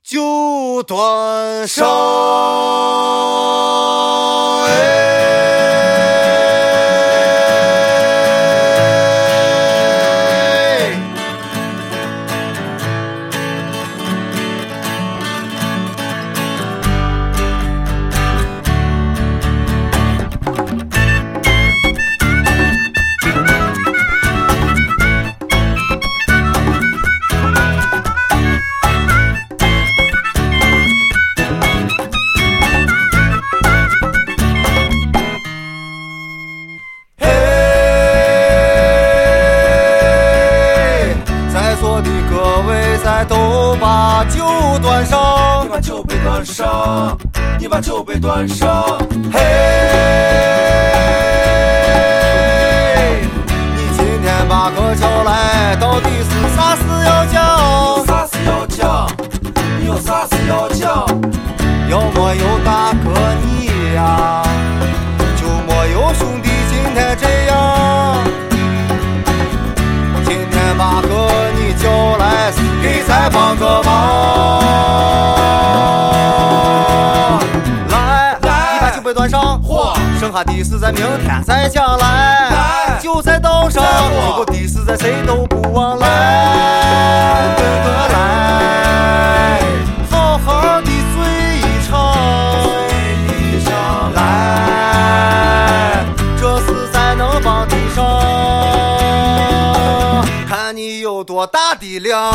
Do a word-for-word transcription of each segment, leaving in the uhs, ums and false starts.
就端上。哎都把酒端上， 你把酒杯端上，你把酒杯端上。 嘿，你今天把个叫来，到底是啥事要讲？ 啥事要讲？你有啥事要讲？ 要么有大哥你呀，就没有兄弟今天这样。今天把哥你叫来，是给咱帮个忙。来， 来你把酒杯端上， 嚯， 剩下的事咱明天再讲来。 来， 酒在道上，如果的事咱谁都不忘来。哥哥来，好好的醉一场， 醉一场。 来，这事咱能帮得上，看你有多大的量。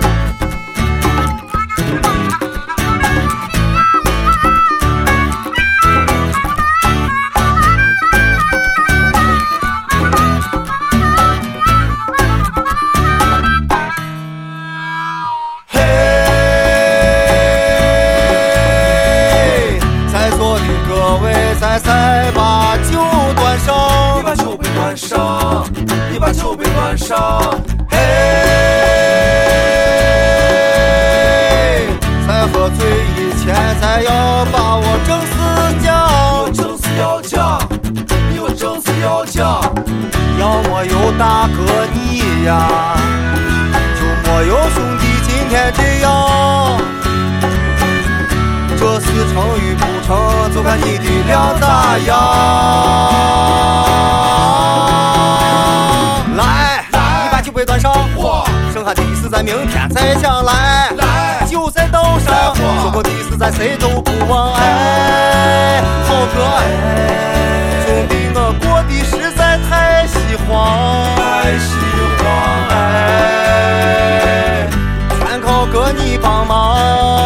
再把酒端上， 你把酒杯端上，你把酒杯端上。 嘿，在喝醉以前，咱要把我正事讲。 你有正事要讲，你有正事要讲。 要么有大哥你呀，就没有兄弟今天这样。这事成与不成，就看你的量咋样。来， 来你把酒杯端上， 嚯， 剩下的事咱明天再讲来。 来， 酒在道上，说过的事咱谁都不忘。哎，好哥哎，兄弟我过得实在太喜欢， 太喜欢。 哎，全靠哥你帮忙。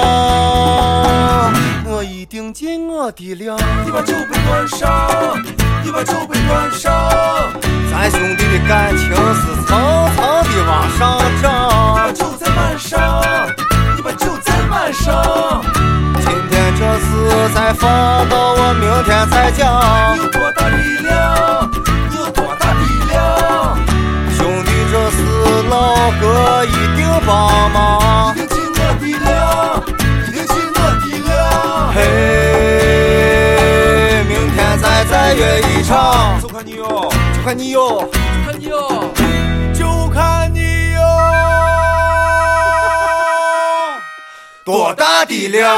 一定尽我的量， 你把酒杯端上，你把酒杯端上。 咱兄弟的感情是层层的往上涨。 你把酒在满上，你把酒在满上。 今天这事再放到我明天再讲。 你有多大力量？你有多大力量？ 兄弟，这事老哥一定帮忙， 一定尽我的量，一定尽我的量。 嘿，明天再再约一场， 就看你有， 就看你有， 就看你有， 就看你有多大的量。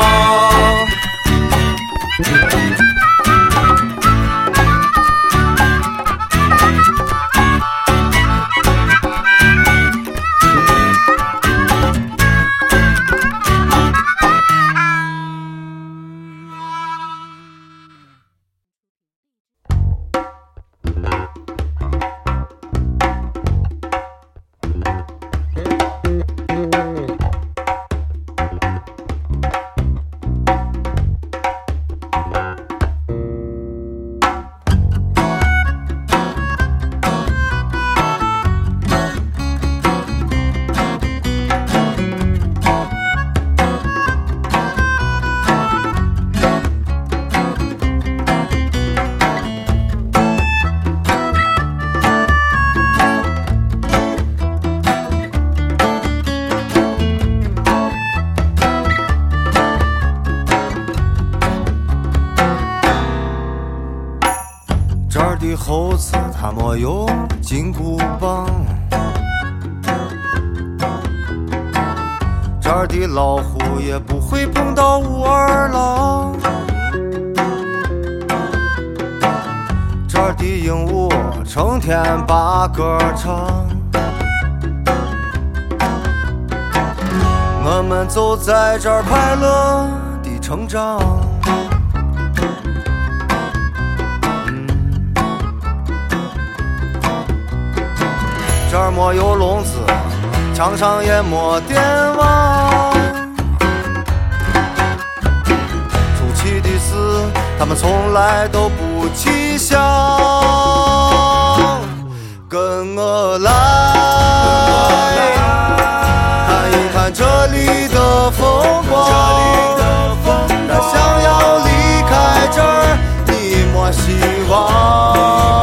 的猴子他没有金箍棒，这儿的老虎也不会碰到武二郎，这儿的鹦鹉成天把歌唱，我们就在这儿快乐的成长。这儿没有笼子，墙上也没电网，出奇的是他们从来都不起响。跟我来看一看这里的风光，但想要离开这儿你莫希望。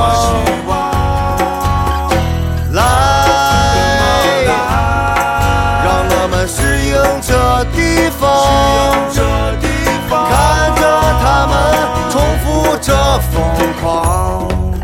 这地方，看着他们重复着疯狂。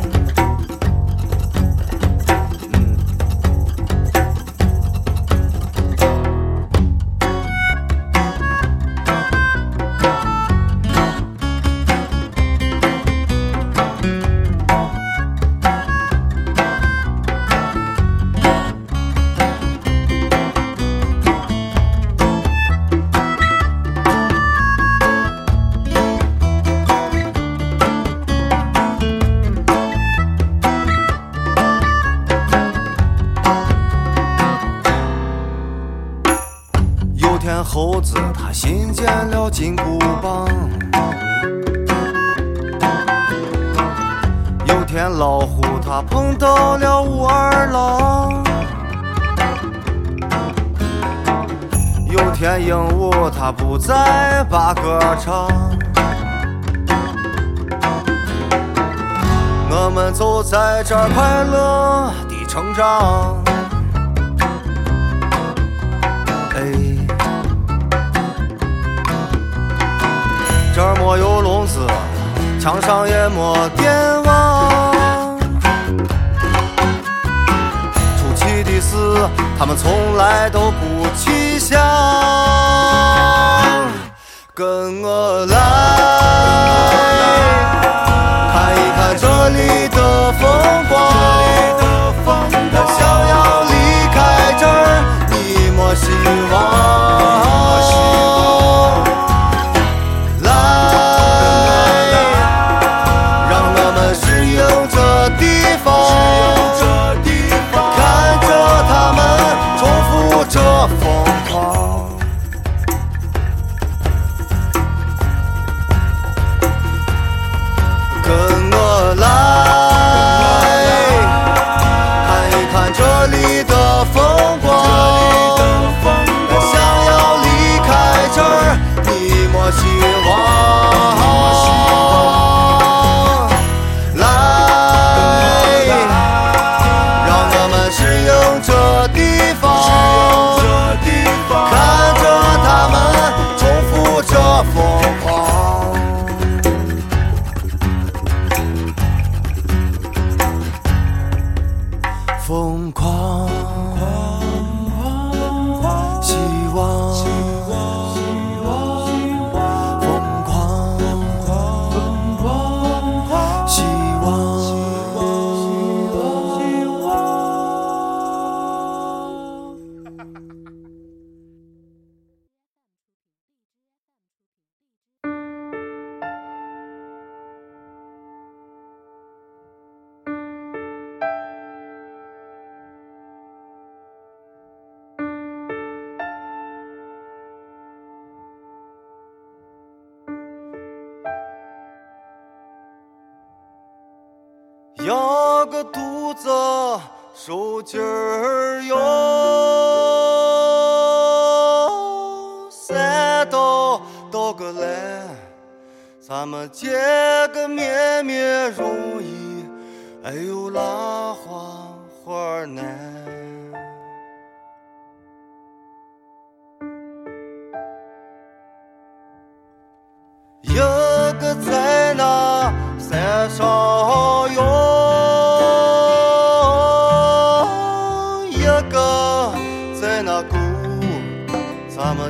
猴子他新建了金箍棒，有天老虎他碰到了武二郎，有天鹦鹉他不再把歌唱，我们就在这儿快乐的成长。哎，这儿没有笼子，墙上也没电网，出奇的是他们从来都不起响。跟我来看一看这里的风光，但想要离开这儿你莫希望。疯狂，跟我来看一看这里的风光，想要离开这儿你莫希望。来，让我们适应这地方，看着他们重复着疯狂，疯狂，希望，疯狂，希望。压个肚子受劲儿哟，三刀刀个来，咱们见个面面容易，哎呦拉花花难。一个在那山上哟，一个在那沟，咱们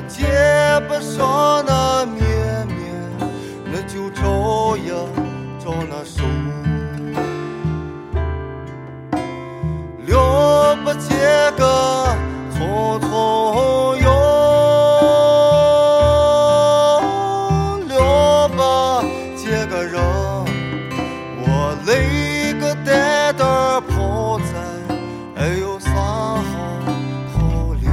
不说那绵绵，那就照呀照那手。了不起个匆匆游，了不起个人，我累个呆呆跑在，哎呦啥好好了。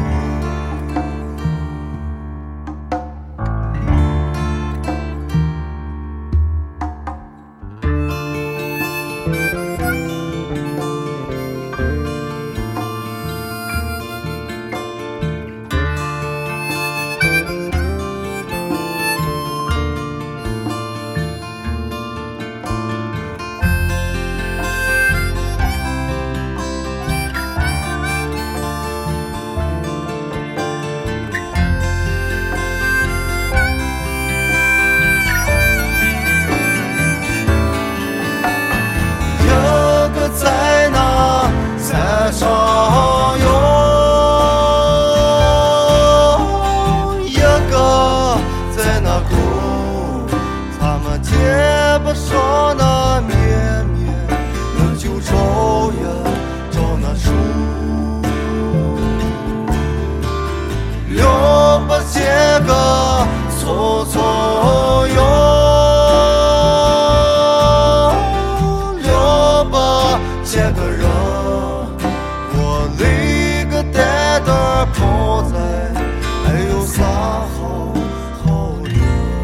在那山上游，一个在那沟，他们结不上那绵绵，那就照呀照那手。了不起个匆匆游，这个人，我累个呆呆跑在，还有啥好好的？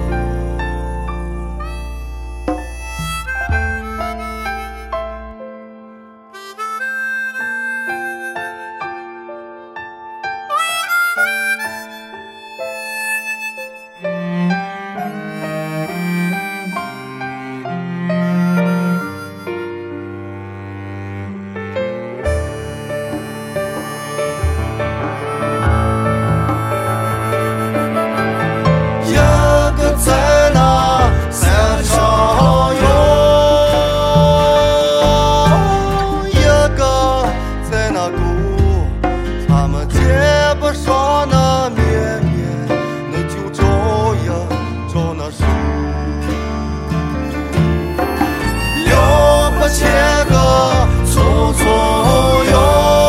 在那山上游，一个在那沟，他们结不上那绵绵，那就照呀照那手。了不起个匆匆游，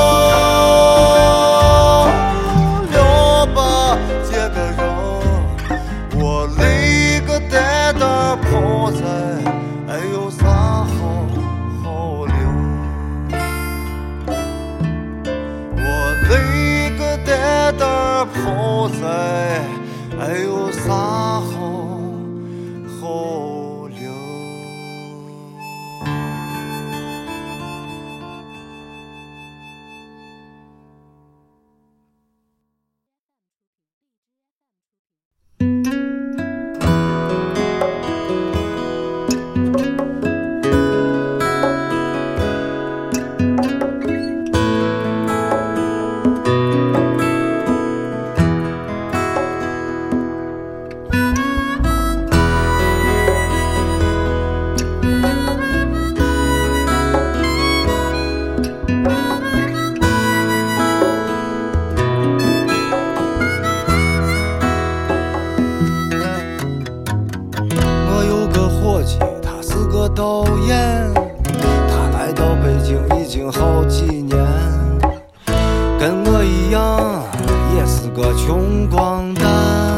了不起个人，我累个呆呆跑在，哎有啥好好了？我累个呆呆跑在，哎有啥好好了？导演，他来到北京已经好几年，跟我一样也是个穷光蛋。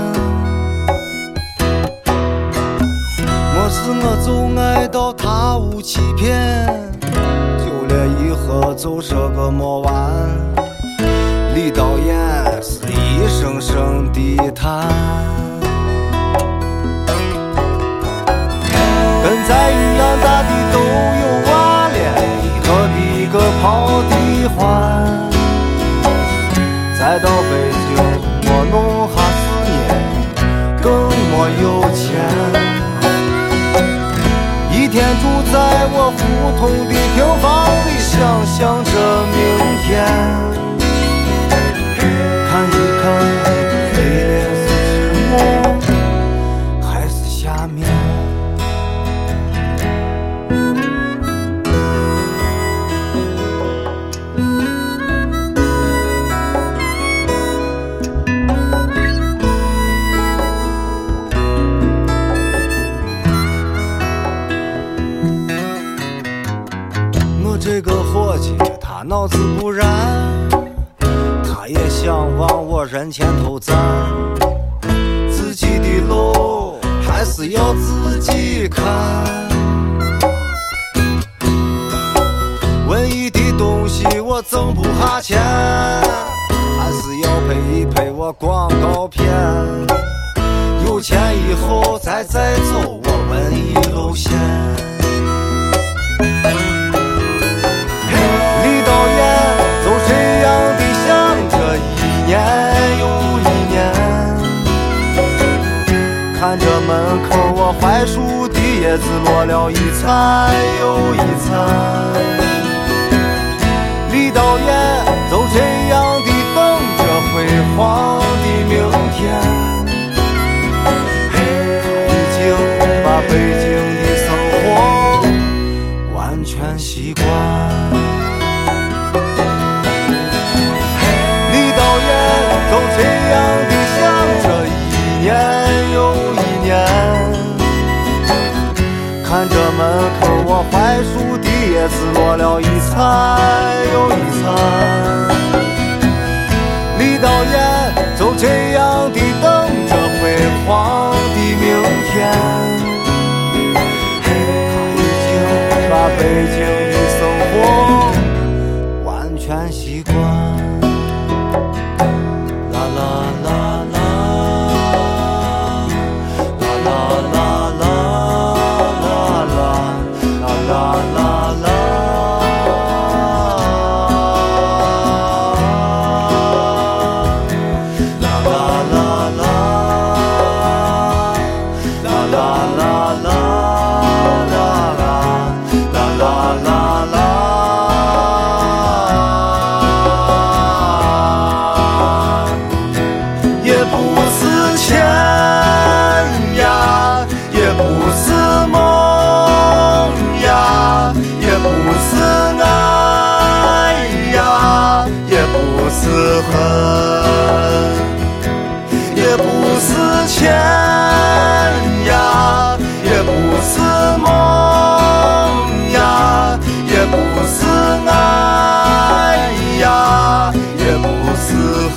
没事我就爱到他屋欺骗，就连以后就是个没完。李导演是一声声地谈，跟咱一样大的都有娃了，一个比一个跑得欢。再到北京我弄哈四年，更没有钱。一天住在我胡同的平房里，想象着明天，看一看飞脸是赤木还是下面。 他脑子不然，他也想往我人前头站，自己的路还是要自己看，文艺的东西我挣不下钱，还是要配一配我广告片，有钱以后再再走我文艺路线。离岛远就这样的想着一年又一年，看着门口我槐树的叶子落了一残又一残，离岛远就这样的等着辉煌的明天，已经把北京的生活完全习惯。离岛远就这样的想着一年又一年，看着门口我槐树的叶子落了一残又一残，离岛远就这样的等着辉煌的明天，他已经把北京的生活完全习惯。啦啦啦啦啦啦啦啦啦啦啦啦啦啦也不是钱呀，也不是梦呀，也不是爱呀，也不是恨。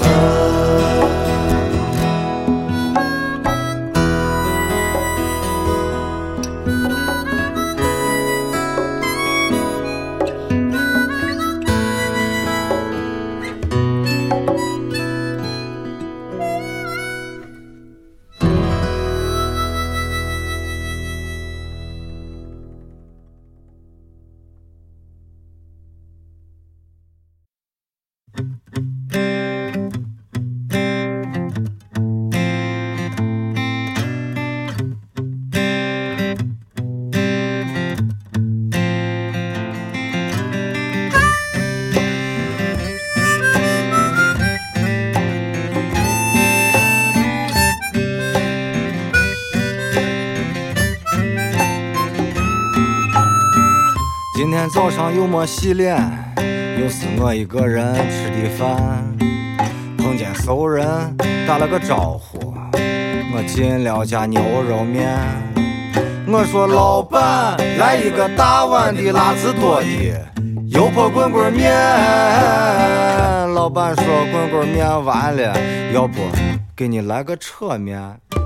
今天早上又没洗脸，又是我一个人吃的饭，碰见熟人打了个招呼，我进了家牛肉面，我说老板来一个大碗的辣子多的油泼滚滚面，老板说滚滚面完了，要不给你来个扯面，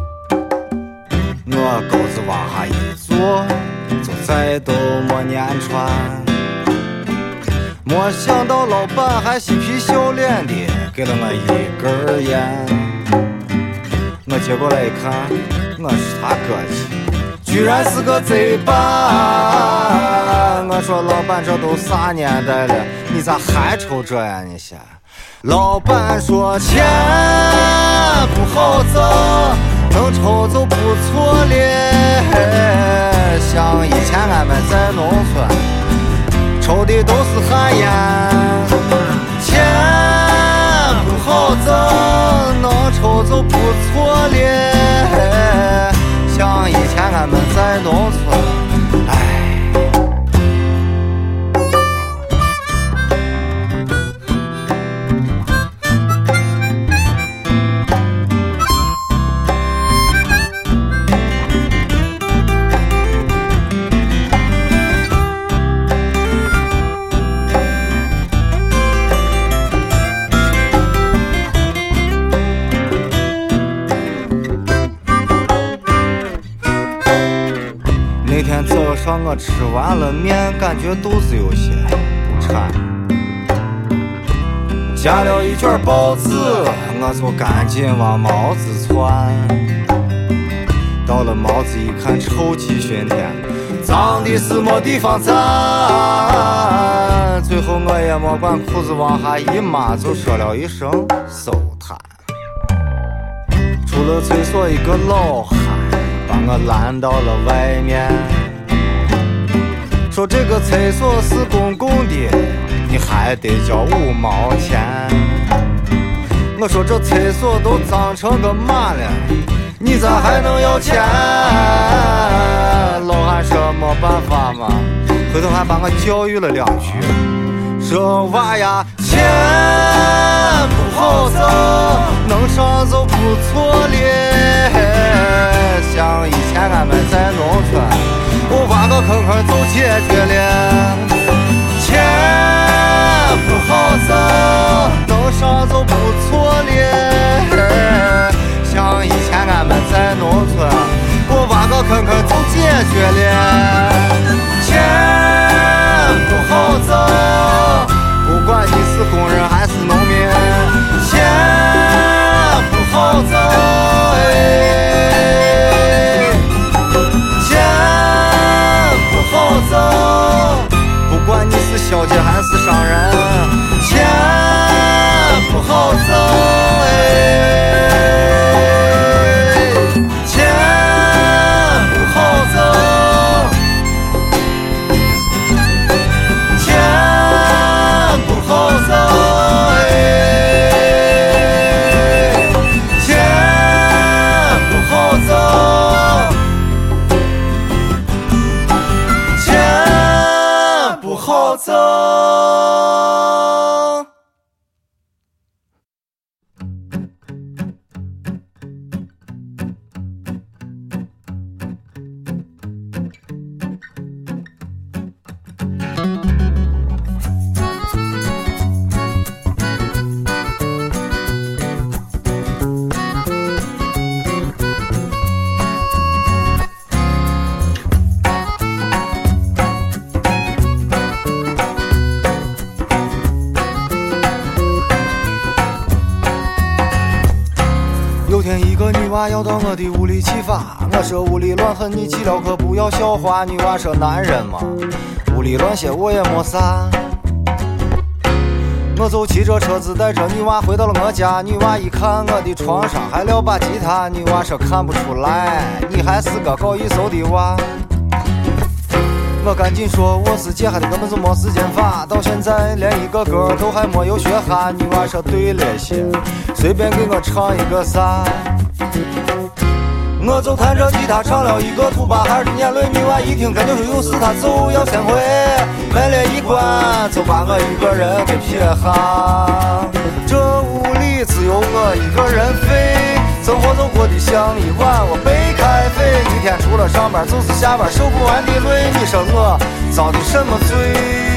我钩子往下一坐，就再都没粘穿，没想到老板还嬉皮笑脸的给了我一根烟，我接过来一看，我是他哥去，居然是个贼吧，我说老板这都啥年代了，你咋还抽这呀你先，老板说钱不好挣，能抽就不错了，像以前俺们在农村抽的都是旱烟，钱不好挣，能抽就不错了，像以前俺们在农村，哎。 我吃完了面，感觉肚子有些不馋，夹了一卷包子，我就赶紧往帽子窜。到了帽子一看，臭气熏天，脏的是没地方站。最后我也没管裤子往下一抹，就说了一声收摊。出了厕所，一个老汉把我拦到了外面，说这个厕所是公共的，你还得交五毛钱。我说这厕所都脏成个嘛了，你咋还能要钱？老汉说没办法嘛，回头还把我教育了两句，说娃呀，钱不好挣，能上就不错了。像以前俺们在农村，我挖个坑坑就解决了。钱不好挣，能上就不错了。像以前俺们在农村，我挖个坑坑就解决了。钱不好挣，不管你是工人还是农民，钱不好挣，钱不好挣，不管你是小姐还是商人，钱不好挣。要到我的屋里启发，我说屋里乱很，你起了可不要笑话。女娃说男人嘛，屋里乱些我也没啥。我就骑着车子带着女娃回到了我家，女娃一看我的床上还撂把吉他，女娃说看不出来，你还是个搞艺术的娃。我赶紧说我是姐孩子，根本就没时间发，到现在连一个歌都还没有学哈。女娃说对了些，随便给我唱一个啥。我就弹着吉他唱了一个土巴孩的年轮，女娃一听感觉有事她就要先回，门帘一关就把我一个人给撇下。这屋里只有我一个人飞，生活就过得像一碗我白开水，一天除了上班就是下班，受不完的累，你说我遭的什么罪？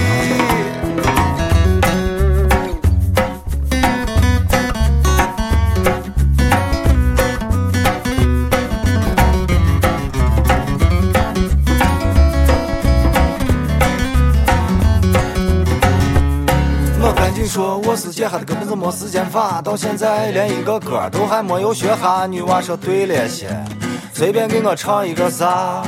说我是姐孩子根本就没时间发，到现在连一个歌都还没有学哈。女娃说对了些，随便给我唱一个啥。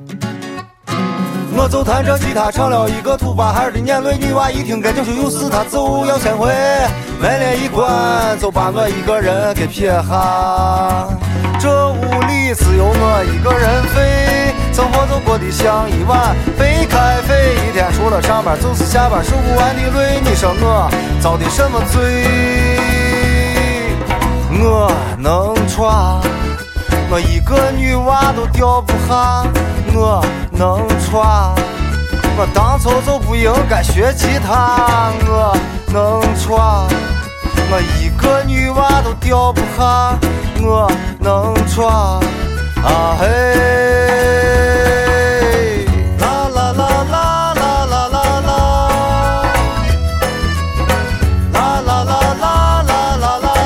我就弹着吉他唱了一个土巴孩的年轮，女娃一听感觉是有事她就要先回，门帘一关就把我一个人给撇下。这屋里只有我一个人飞，生活就过得像一碗白开水，一天除了上班就是下班，受不完的累，你说我遭的什么罪？我能穿，我一个女娃都吊不下。我能穿，我当初就不应该学吉他。我能穿，我一个女娃都吊不下。我能穿，啊嘿，啦啦啦啦啦啦啦啦，啦啦啦啦啦啦啦啦，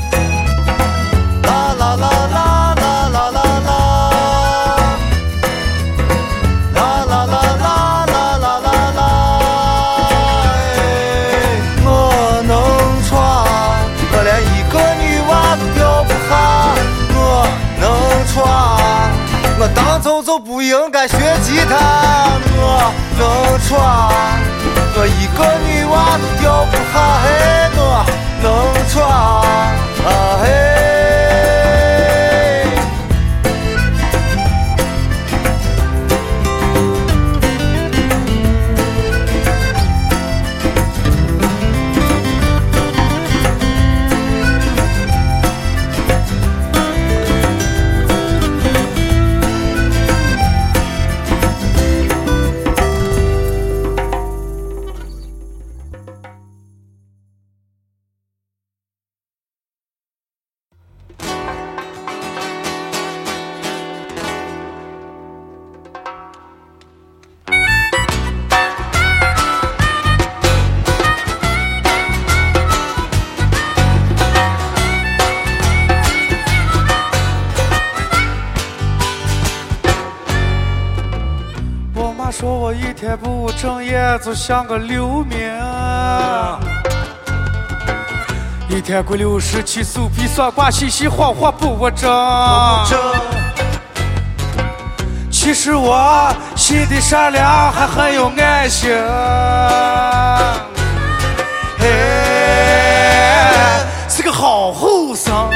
啦啦啦啦啦啦啦啦， 就不应该学吉他。我能闯，我一个女娃都吊不下，嘿，我能闯啊嘿。 说我一天不务正业，就像个流民。一天过六十七，手皮算卦，信息谎话不务正。其实我心地善良，还很有爱心。哎，是个好后生。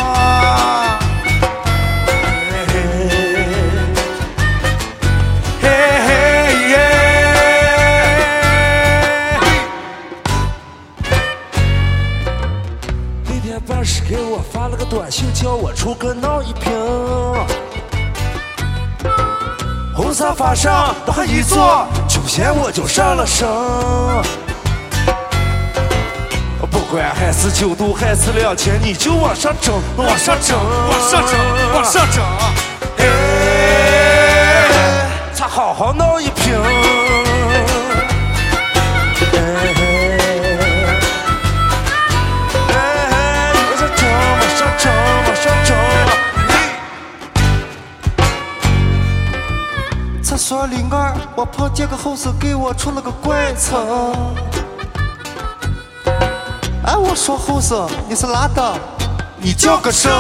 给我发了个短信，叫我出个闹一瓶。红沙发上他一坐，酒闲我就上了身。不管还是九度还是两千，你就往上整，往上整， 往上整，往上整。 哎，咱好好闹一瓶。 厕所里二，我碰见个后生给我出了个怪称。哎，我说后生，你是哪的？你叫个什？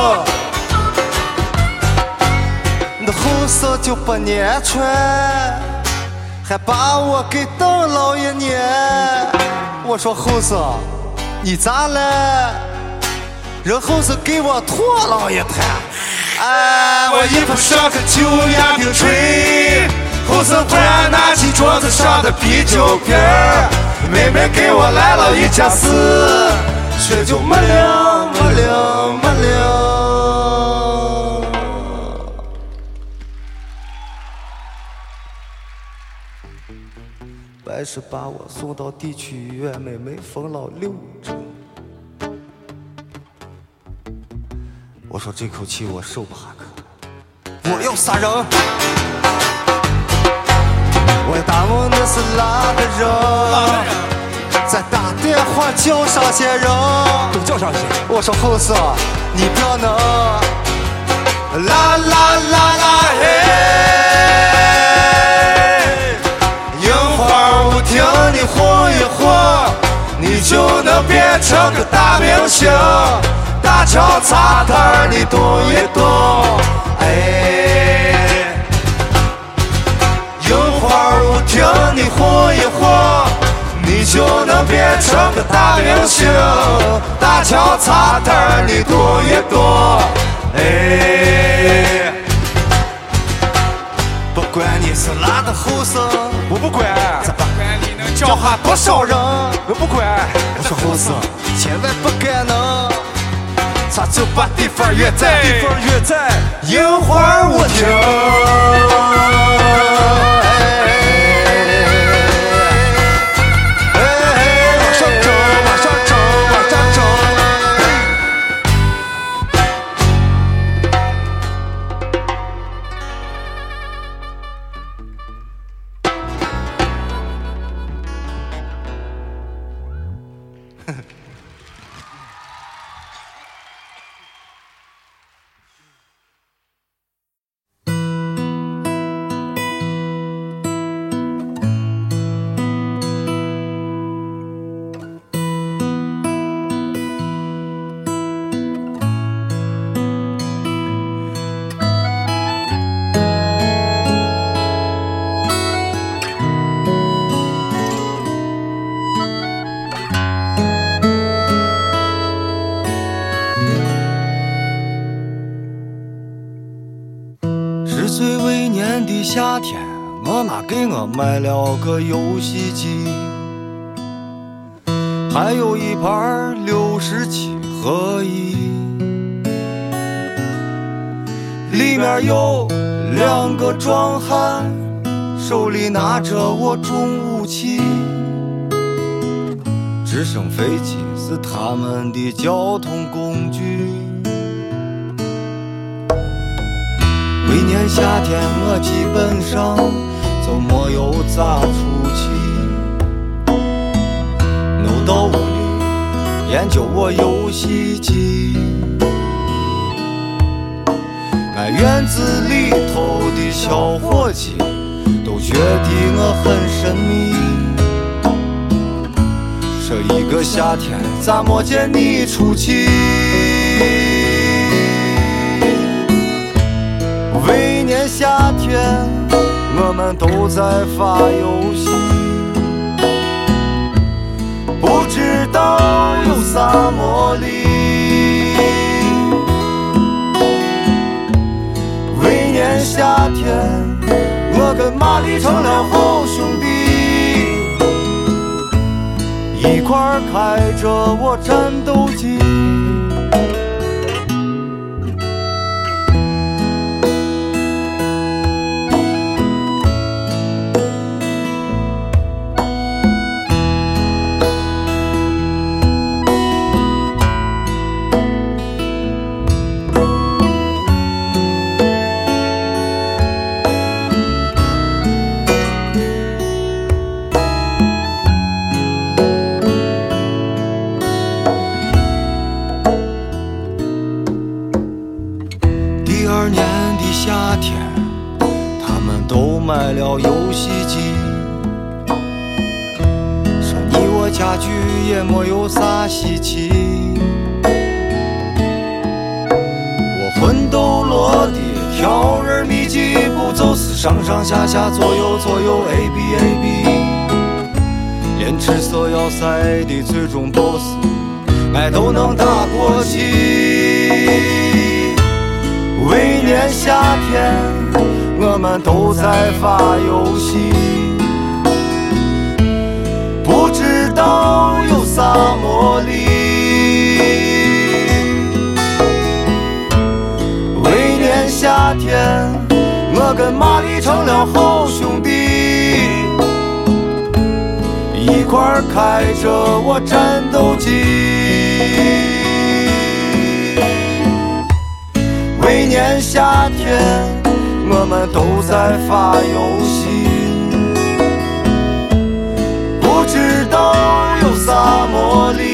那后生就不年穿，还把我给当老爷撵。我说后生，你咋了？人后生给我拖老爷谈。哎，我一碰上个酒压瓶吹，后生突然拿起桌子上的啤酒瓶儿，妹妹给我来了一加四，血就没了没了没了。白是把我送到地区医院，妹妹缝了六针。我说这口气我受不下去，我要杀人！我打问的是哪个人？再打电话叫上些人， 都叫上些。 我说后生，你不要能啦啦啦啦嘿，樱花舞厅你晃一晃，你就能变成个大明星。大桥茶摊你动一动，哎，樱花舞厅你晃一晃，你就能变成个大明星。大桥茶摊你动一动，哎，不管你是哪的后生， 我不管， 不管你能教化多少人， 我不管。 我说后生，千万不敢能。咱就把地方约在， 地方约在樱花舞厅。往上整，往上整，往上整。呵呵。 岁为年的夏天，我妈给我买了个游戏机，还有一盘六十七合一，里面有两个壮汉，手里拿着我重武器。直升飞机是他们的交通工具。每年夏天我基本上就没有咋出去，弄到屋里研究我游戏机。俺院子里头的小伙计都觉得我很神秘，这一个夏天咋没见你出去？每年夏天我们都在发游戏，不知道有啥魔力。每年夏天我跟玛丽成了好兄弟，一块儿开着我战斗机。买了游戏机，说你我家具也没有啥稀奇。我魂斗罗的跳人秘籍，步骤是上上下下左右左右 A B A B， 连赤色要塞的最终 boss 俺都能打过去。每年夏天我们都在发游戏，不知道有啥魔力。每年夏天我跟玛丽成了好兄弟，一块儿开着我战斗机。每年夏天我们都在发游戏，不知道有啥魔力。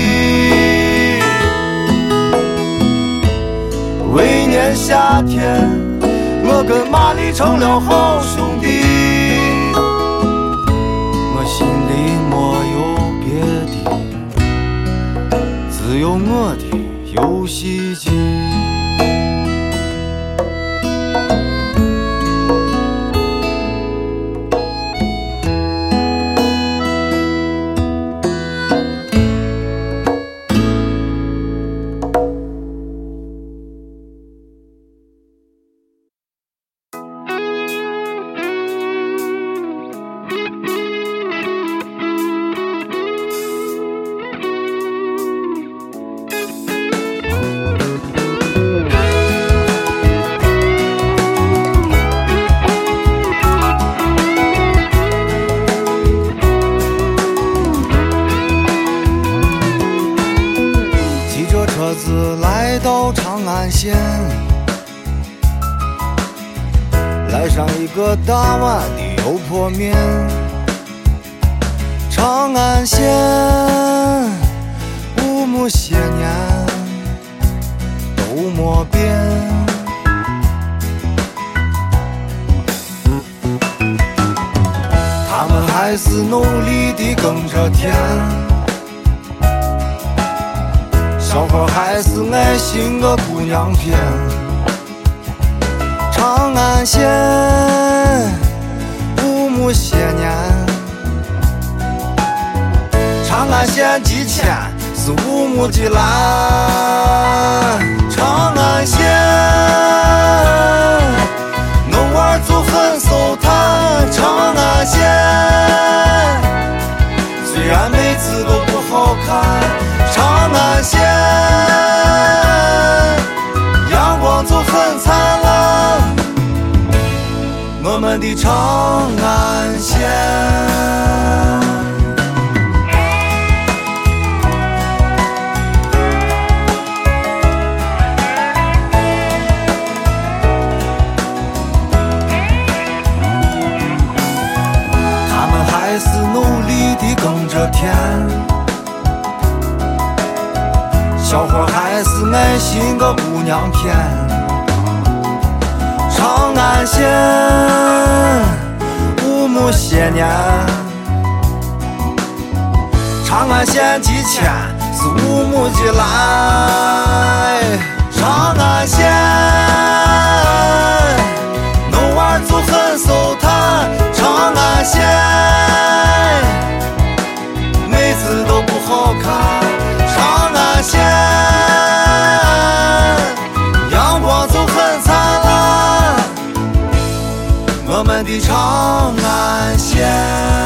每年夏天我跟玛丽成了好兄弟，我心里没有别的，只有我的游戏机。来上一个大碗的油泼面，长安县五亩些年都没变，他们还是努力地耕着田，小伙还是爱心个姑娘片。长安县五亩些年，长安县几千是五亩的蓝。长安县农的长安县。他们还是努力地耕着田，小伙还是爱心个姑娘片。长安县五亩些年，长安县几千是五亩几来。长安县弄娃就很手谈，长安县妹子都不好看。长安县阳光就很灿烂，我们的长安县。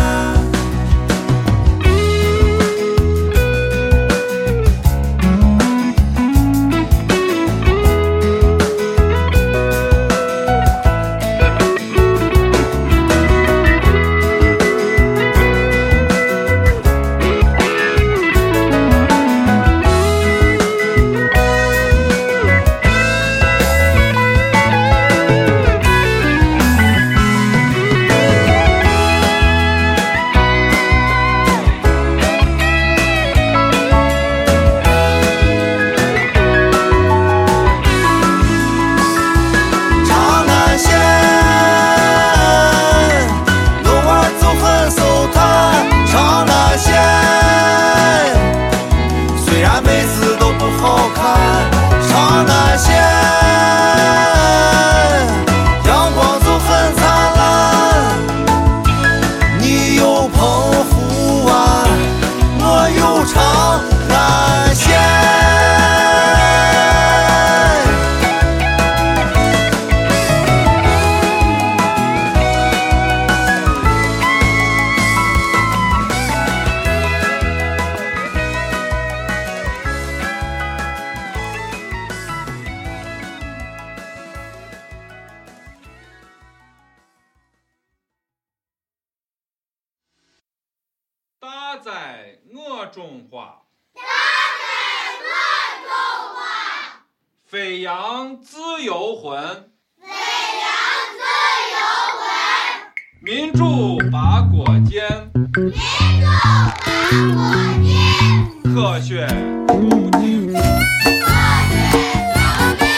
搭载我中华， 搭载我中华， 飞扬自由魂， 飞扬自由魂， 民主八国间， 民主八国间， 科学出精， 科学小民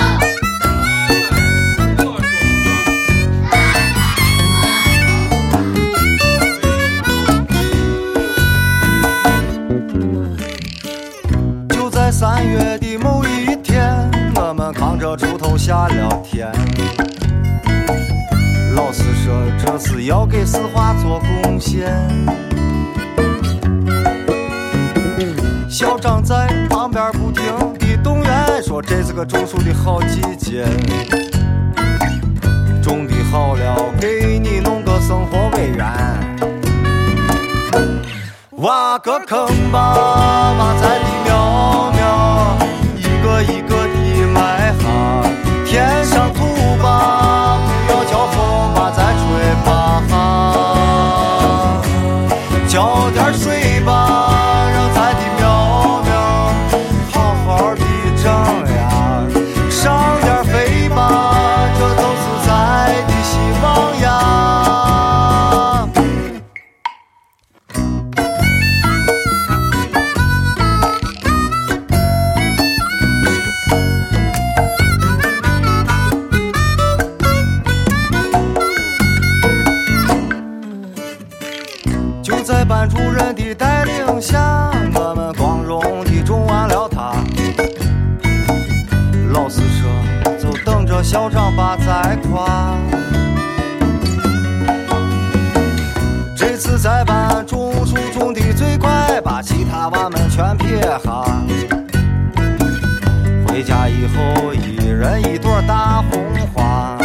主，搭载我中华， 搭载我中华。 在三月的某一天，我们扛着锄头下了田。老师说这是要给四化做贡献。校长在旁边不停地动员，说这是个种树的好季节，种的好了给你弄个生活委员。挖个坑吧，把菜地苗苗一个一个地埋下，填上土吧，不要叫风把再吹吧，浇点水吧，让菜地苗苗好好地长呀，上点肥吧，这都是菜的希望呀。在班主任的带领下，我们光荣地种完了它。老师说就等着校长把栽夸。这次在班种树种的最快，把其他娃们全撇下。回家以后一人一朵大红花。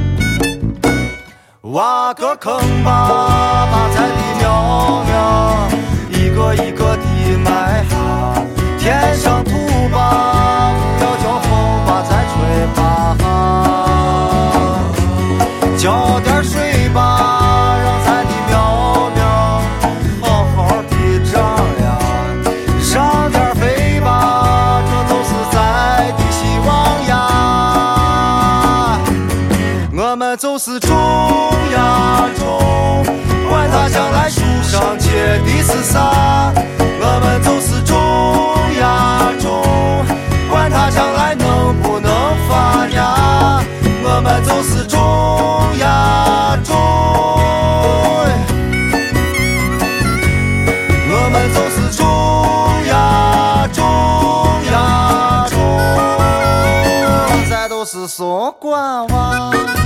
挖个坑吧，把菜地苗苗一个一个地埋下，填上土吧，不要叫风把再吹吧，浇就是种呀种，管它将来树上结的是啥，我们就是种呀种，管它将来能不能发芽，我们就是种呀种，我们就是种呀种呀种，咱都是送瓜娃。